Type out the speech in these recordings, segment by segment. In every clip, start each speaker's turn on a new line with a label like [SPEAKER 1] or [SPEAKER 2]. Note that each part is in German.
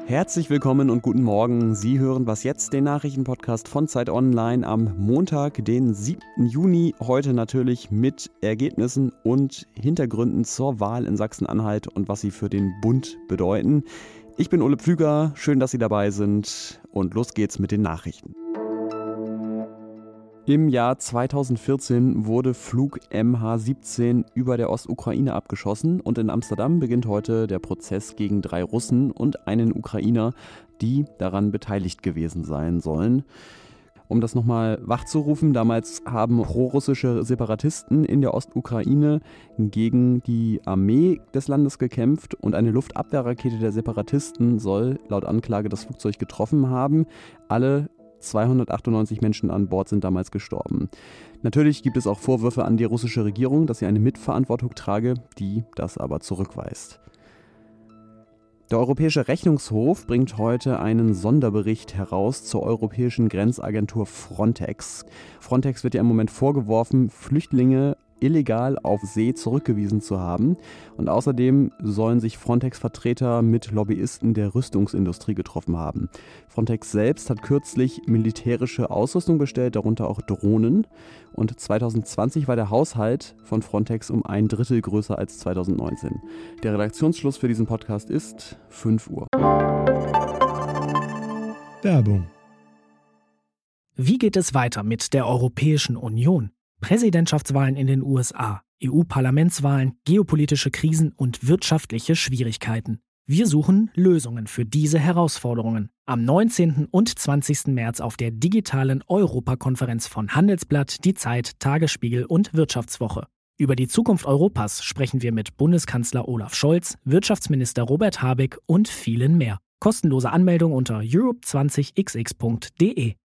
[SPEAKER 1] Herzlich willkommen und guten Morgen. Sie hören Was jetzt, den Nachrichtenpodcast von Zeit Online am Montag, den 7. Juni. Heute natürlich mit Ergebnissen und Hintergründen zur Wahl in Sachsen-Anhalt und was sie für den Bund bedeuten. Ich bin Ole Pflüger, schön, dass Sie dabei sind und los geht's mit den Nachrichten. Im Jahr 2014 wurde Flug MH17 über der Ostukraine abgeschossen und in Amsterdam beginnt heute der Prozess gegen 3 Russen und einen Ukrainer, die daran beteiligt gewesen sein sollen. Um das nochmal wachzurufen, damals haben prorussische Separatisten in der Ostukraine gegen die Armee des Landes gekämpft und eine Luftabwehrrakete der Separatisten soll laut Anklage das Flugzeug getroffen haben. Alle 298 Menschen an Bord sind damals gestorben. Natürlich gibt es auch Vorwürfe an die russische Regierung, dass sie eine Mitverantwortung trage, die das aber zurückweist. Der Europäische Rechnungshof bringt heute einen Sonderbericht heraus zur europäischen Grenzagentur Frontex. Frontex wird ja im Moment vorgeworfen, Flüchtlinge illegal auf See zurückgewiesen zu haben. Und außerdem sollen sich Frontex-Vertreter mit Lobbyisten der Rüstungsindustrie getroffen haben. Frontex selbst hat kürzlich militärische Ausrüstung bestellt, darunter auch Drohnen. Und 2020 war der Haushalt von Frontex um 1/3 größer als 2019. Der Redaktionsschluss für diesen Podcast ist 5 Uhr.
[SPEAKER 2] Werbung.
[SPEAKER 3] Wie geht es weiter mit der Europäischen Union? Präsidentschaftswahlen in den USA, EU-Parlamentswahlen, geopolitische Krisen und wirtschaftliche Schwierigkeiten. Wir suchen Lösungen für diese Herausforderungen. Am 19. und 20. März auf der digitalen Europakonferenz von Handelsblatt, Die Zeit, Tagesspiegel und Wirtschaftswoche. Über die Zukunft Europas sprechen wir mit Bundeskanzler Olaf Scholz, Wirtschaftsminister Robert Habeck und vielen mehr. Kostenlose Anmeldung unter europe20xx.de.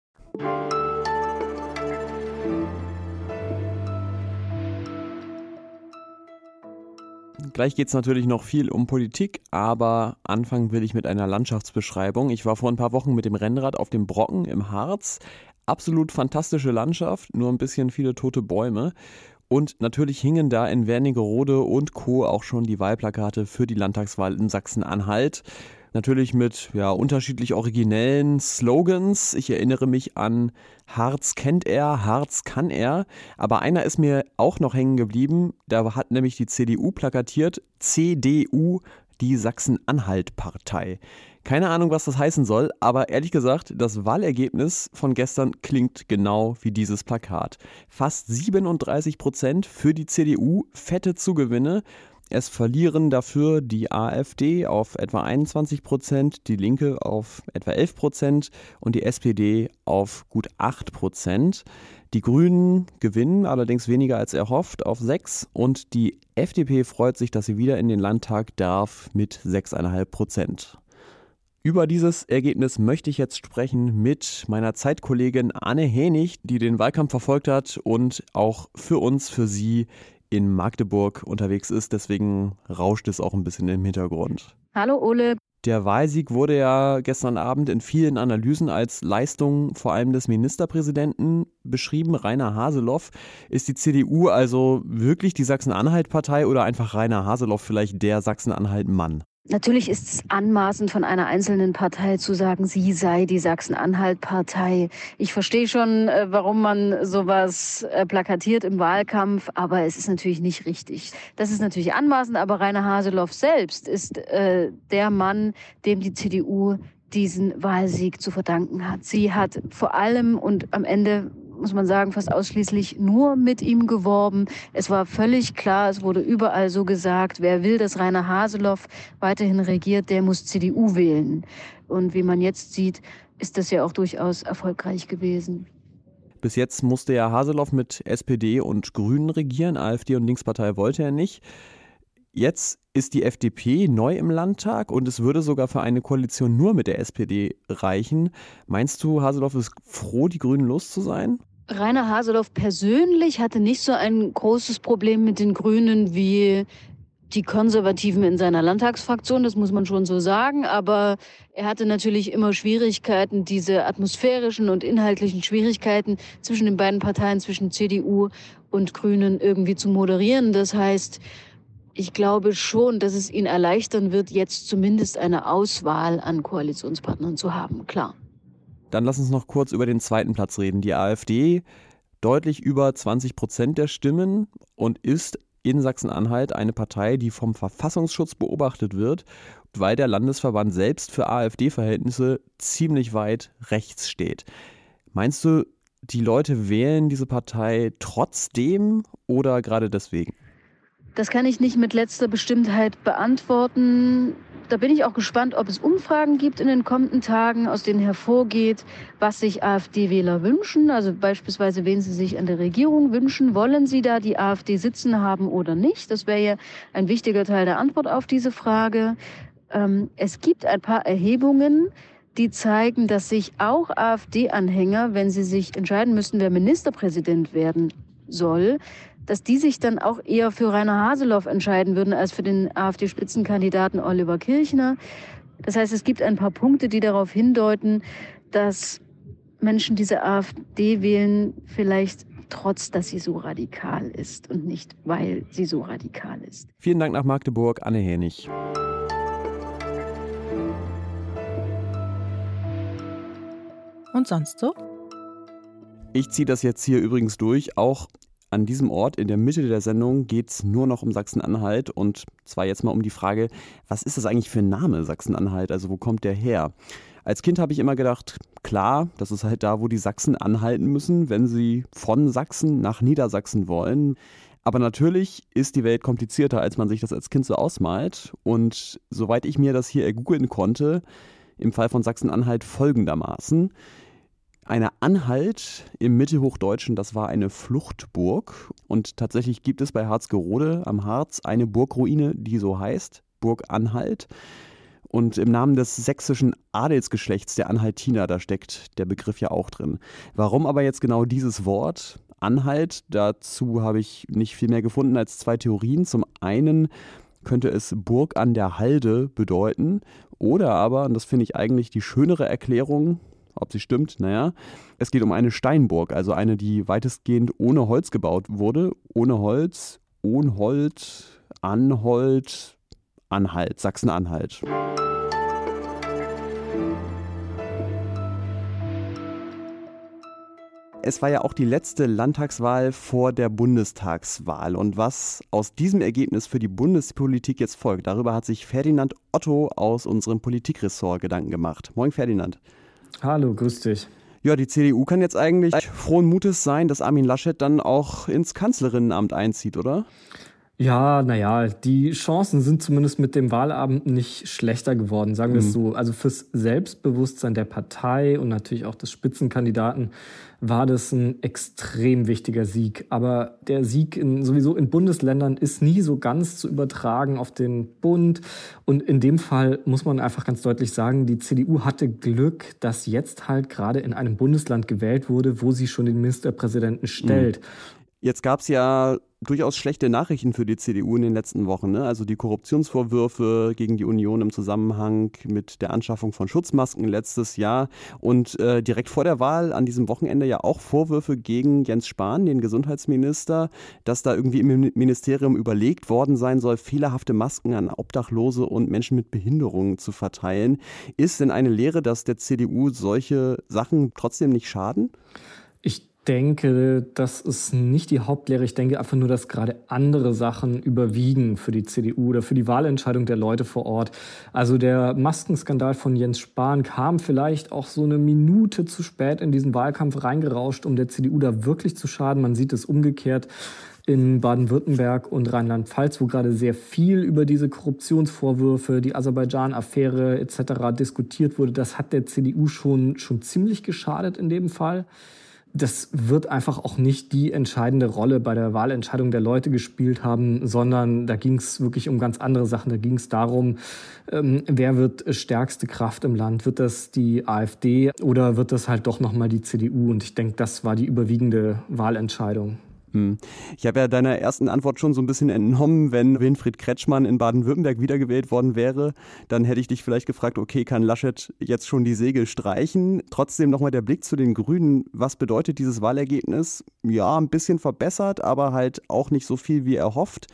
[SPEAKER 1] Gleich geht es natürlich noch viel um Politik, aber anfangen will ich mit einer Landschaftsbeschreibung. Ich war vor ein paar Wochen mit dem Rennrad auf dem Brocken im Harz. Absolut fantastische Landschaft, nur ein bisschen viele tote Bäume. Und natürlich hingen da in Wernigerode und Co. auch schon die Wahlplakate für die Landtagswahl in Sachsen-Anhalt. Natürlich mit unterschiedlich originellen Slogans. Ich erinnere mich an Harz kennt er, Harz kann er. Aber einer ist mir auch noch hängen geblieben. Da hat nämlich die CDU plakatiert, CDU, die Sachsen-Anhalt-Partei. Keine Ahnung, was das heißen soll, aber ehrlich gesagt, das Wahlergebnis von gestern klingt genau wie dieses Plakat. Fast 37% für die CDU, fette Zugewinne. Es verlieren dafür die AfD auf etwa 21%, die Linke auf etwa 11% und die SPD auf gut 8%. Die Grünen gewinnen allerdings weniger als erhofft auf 6% und die FDP freut sich, dass sie wieder in den Landtag darf mit 6,5%. Über dieses Ergebnis möchte ich jetzt sprechen mit meiner Zeitkollegin Anne Hänig, die den Wahlkampf verfolgt hat und auch für Sie in Magdeburg unterwegs ist. Deswegen rauscht es auch ein bisschen im Hintergrund.
[SPEAKER 4] Hallo Ole.
[SPEAKER 1] Der Wahlsieg wurde ja gestern Abend in vielen Analysen als Leistung vor allem des Ministerpräsidenten beschrieben, Rainer Haseloff. Ist die CDU also wirklich die Sachsen-Anhalt-Partei oder einfach Rainer Haseloff vielleicht der Sachsen-Anhalt-Mann?
[SPEAKER 4] Natürlich ist es anmaßend von einer einzelnen Partei zu sagen, sie sei die Sachsen-Anhalt-Partei. Ich verstehe schon, warum man sowas plakatiert im Wahlkampf, aber es ist natürlich nicht richtig. Das ist natürlich anmaßend, aber Rainer Haseloff selbst ist der Mann, dem die CDU diesen Wahlsieg zu verdanken hat. Sie hat vor allem und am Ende, muss man sagen, fast ausschließlich nur mit ihm geworben. Es war völlig klar, es wurde überall so gesagt, wer will, dass Rainer Haseloff weiterhin regiert, der muss CDU wählen. Und wie man jetzt sieht, ist das ja auch durchaus erfolgreich gewesen.
[SPEAKER 1] Bis jetzt musste ja Haseloff mit SPD und Grünen regieren, AfD und Linkspartei wollte er nicht. Jetzt ist die FDP neu im Landtag und es würde sogar für eine Koalition nur mit der SPD reichen. Meinst du, Haseloff ist froh, die Grünen los zu sein?
[SPEAKER 4] Rainer Haseloff persönlich hatte nicht so ein großes Problem mit den Grünen wie die Konservativen in seiner Landtagsfraktion, das muss man schon so sagen. Aber er hatte natürlich immer Schwierigkeiten, diese atmosphärischen und inhaltlichen Schwierigkeiten zwischen den beiden Parteien, zwischen CDU und Grünen irgendwie zu moderieren. Das heißt, Ich glaube schon, dass es ihn erleichtern wird, jetzt zumindest eine Auswahl an Koalitionspartnern zu haben, klar.
[SPEAKER 1] Dann lass uns noch kurz über den zweiten Platz reden. Die AfD, deutlich über 20% der Stimmen und ist in Sachsen-Anhalt eine Partei, die vom Verfassungsschutz beobachtet wird, weil der Landesverband selbst für AfD-Verhältnisse ziemlich weit rechts steht. Meinst du, die Leute wählen diese Partei trotzdem oder gerade deswegen?
[SPEAKER 4] Das kann ich nicht mit letzter Bestimmtheit beantworten. Da bin ich auch gespannt, ob es Umfragen gibt in den kommenden Tagen, aus denen hervorgeht, was sich AfD-Wähler wünschen. Also beispielsweise, wen sie sich an der Regierung wünschen. Wollen sie da die AfD sitzen haben oder nicht? Das wäre ja ein wichtiger Teil der Antwort auf diese Frage. Es gibt ein paar Erhebungen, die zeigen, dass sich auch AfD-Anhänger, wenn sie sich entscheiden müssen, wer Ministerpräsident werden soll, dass die sich dann auch eher für Rainer Haseloff entscheiden würden als für den AfD-Spitzenkandidaten Oliver Kirchner. Das heißt, es gibt ein paar Punkte, die darauf hindeuten, dass Menschen diese AfD wählen, vielleicht trotz, dass sie so radikal ist und nicht, weil sie so radikal ist.
[SPEAKER 1] Vielen Dank nach Magdeburg, Anne Hänig.
[SPEAKER 2] Und sonst so?
[SPEAKER 1] Ich ziehe das jetzt hier übrigens durch. Auch an diesem Ort in der Mitte der Sendung geht es nur noch um Sachsen-Anhalt und zwar jetzt mal um die Frage, was ist das eigentlich für ein Name Sachsen-Anhalt? Also wo kommt der her? Als Kind habe ich immer gedacht, klar, das ist halt da, wo die Sachsen anhalten müssen, wenn sie von Sachsen nach Niedersachsen wollen. Aber natürlich ist die Welt komplizierter, als man sich das als Kind so ausmalt. Und soweit ich mir das hier ergoogeln konnte, im Fall von Sachsen-Anhalt folgendermaßen: Eine Anhalt im Mittelhochdeutschen, das war eine Fluchtburg. Und tatsächlich gibt es bei Harzgerode am Harz eine Burgruine, die so heißt, Burg Anhalt. Und im Namen des sächsischen Adelsgeschlechts der Anhaltiner, da steckt der Begriff ja auch drin. Warum aber jetzt genau dieses Wort Anhalt? Dazu habe ich nicht viel mehr gefunden als zwei Theorien. Zum einen könnte es Burg an der Halde bedeuten. Oder aber, und das finde ich eigentlich die schönere Erklärung, ob sie stimmt, naja, es geht um eine Steinburg, also eine, die weitestgehend ohne Holz gebaut wurde. Ohne Holz, Ohnhold, Anhold, Anhalt, Sachsen-Anhalt. Es war ja auch die letzte Landtagswahl vor der Bundestagswahl. Und was aus diesem Ergebnis für die Bundespolitik jetzt folgt, darüber hat sich Ferdinand Otto aus unserem Politikressort Gedanken gemacht. Moin Ferdinand.
[SPEAKER 5] Hallo, grüß dich.
[SPEAKER 1] Ja, die CDU kann jetzt eigentlich frohen Mutes sein, dass Armin Laschet dann auch ins Kanzlerinnenamt einzieht, oder?
[SPEAKER 5] Ja, naja, die Chancen sind zumindest mit dem Wahlabend nicht schlechter geworden, sagen wir es so. Also fürs Selbstbewusstsein der Partei und natürlich auch des Spitzenkandidaten war das ein extrem wichtiger Sieg. Aber der Sieg sowieso in Bundesländern ist nie so ganz zu übertragen auf den Bund. Und in dem Fall muss man einfach ganz deutlich sagen, die CDU hatte Glück, dass jetzt halt gerade in einem Bundesland gewählt wurde, wo sie schon den Ministerpräsidenten stellt.
[SPEAKER 1] Jetzt gab es ja durchaus schlechte Nachrichten für die CDU in den letzten Wochen, ne? Also die Korruptionsvorwürfe gegen die Union im Zusammenhang mit der Anschaffung von Schutzmasken letztes Jahr und direkt vor der Wahl an diesem Wochenende ja auch Vorwürfe gegen Jens Spahn, den Gesundheitsminister, dass da irgendwie im Ministerium überlegt worden sein soll, fehlerhafte Masken an Obdachlose und Menschen mit Behinderungen zu verteilen. Ist denn eine Lehre, dass der CDU solche Sachen trotzdem nicht schaden?
[SPEAKER 5] Ich denke, das ist nicht die Hauptlehre. Ich denke einfach nur, dass gerade andere Sachen überwiegen für die CDU oder für die Wahlentscheidung der Leute vor Ort. Also der Maskenskandal von Jens Spahn kam vielleicht auch so eine Minute zu spät in diesen Wahlkampf reingerauscht, um der CDU da wirklich zu schaden. Man sieht es umgekehrt in Baden-Württemberg und Rheinland-Pfalz, wo gerade sehr viel über diese Korruptionsvorwürfe, die Aserbaidschan-Affäre etc. diskutiert wurde. Das hat der CDU schon ziemlich geschadet in dem Fall. Das wird einfach auch nicht die entscheidende Rolle bei der Wahlentscheidung der Leute gespielt haben, sondern da ging es wirklich um ganz andere Sachen. Da ging es darum, wer wird stärkste Kraft im Land? Wird das die AfD oder wird das halt doch nochmal die CDU? Und ich denke, das war die überwiegende Wahlentscheidung.
[SPEAKER 1] Ich habe ja deiner ersten Antwort schon so ein bisschen entnommen, wenn Winfried Kretschmann in Baden-Württemberg wiedergewählt worden wäre, dann hätte ich dich vielleicht gefragt, okay, kann Laschet jetzt schon die Segel streichen? Trotzdem nochmal der Blick zu den Grünen. Was bedeutet dieses Wahlergebnis? Ja, ein bisschen verbessert, aber halt auch nicht so viel wie erhofft.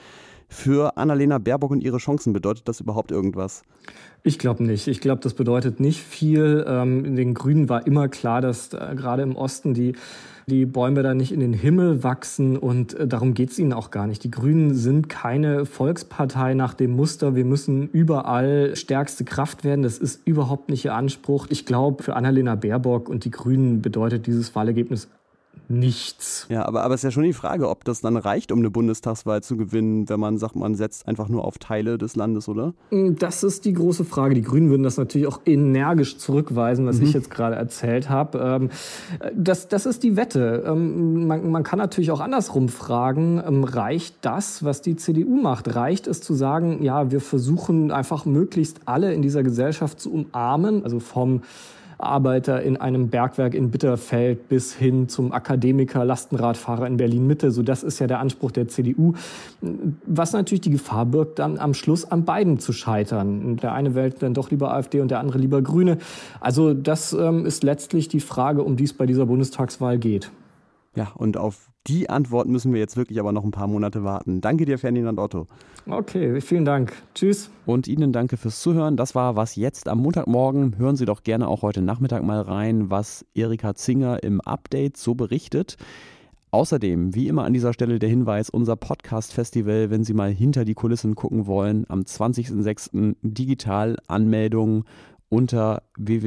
[SPEAKER 1] Für Annalena Baerbock und ihre Chancen bedeutet das überhaupt irgendwas?
[SPEAKER 5] Ich glaube nicht. Ich glaube, das bedeutet nicht viel. Den Grünen war immer klar, dass gerade im Osten die Bäume da nicht in den Himmel wachsen und darum geht's ihnen auch gar nicht. Die Grünen sind keine Volkspartei nach dem Muster, wir müssen überall stärkste Kraft werden. Das ist überhaupt nicht ihr Anspruch. Ich glaube, für Annalena Baerbock und die Grünen bedeutet dieses Wahlergebnis nichts.
[SPEAKER 1] Ja, aber es ist ja schon die Frage, ob das dann reicht, um eine Bundestagswahl zu gewinnen, wenn man sagt, man setzt einfach nur auf Teile des Landes, oder?
[SPEAKER 5] Das ist die große Frage. Die Grünen würden das natürlich auch energisch zurückweisen, was ich jetzt gerade erzählt habe. Das ist die Wette. Man kann natürlich auch andersrum fragen, reicht das, was die CDU macht? Reicht es zu sagen, ja, wir versuchen einfach möglichst alle in dieser Gesellschaft zu umarmen, also vom Arbeiter in einem Bergwerk in Bitterfeld bis hin zum Akademiker, Lastenradfahrer in Berlin-Mitte. So, das ist ja der Anspruch der CDU. Was natürlich die Gefahr birgt, dann am Schluss an beiden zu scheitern. Der eine wählt dann doch lieber AfD und der andere lieber Grüne. Also das ist letztlich die Frage, um die es bei dieser Bundestagswahl geht.
[SPEAKER 1] Ja, und auf die Antwort müssen wir jetzt wirklich aber noch ein paar Monate warten. Danke dir, Ferdinand Otto.
[SPEAKER 5] Okay, vielen Dank. Tschüss.
[SPEAKER 1] Und Ihnen danke fürs Zuhören. Das war Was jetzt am Montagmorgen. Hören Sie doch gerne auch heute Nachmittag mal rein, was Erika Zinger im Update so berichtet. Außerdem, wie immer an dieser Stelle der Hinweis, unser Podcast-Festival, wenn Sie mal hinter die Kulissen gucken wollen, am 20.06. digital Anmeldung unter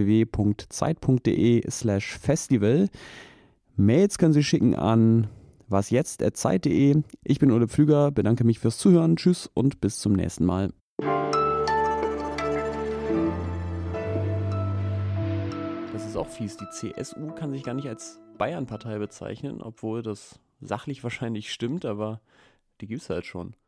[SPEAKER 1] www.zeit.de/festival. Mails können Sie schicken an wasjetzt@zeit.de. Ich bin Ole Pflüger, bedanke mich fürs Zuhören. Tschüss und bis zum nächsten Mal. Das ist auch fies. Die CSU kann sich gar nicht als Bayernpartei bezeichnen, obwohl das sachlich wahrscheinlich stimmt, aber die gibt es halt schon.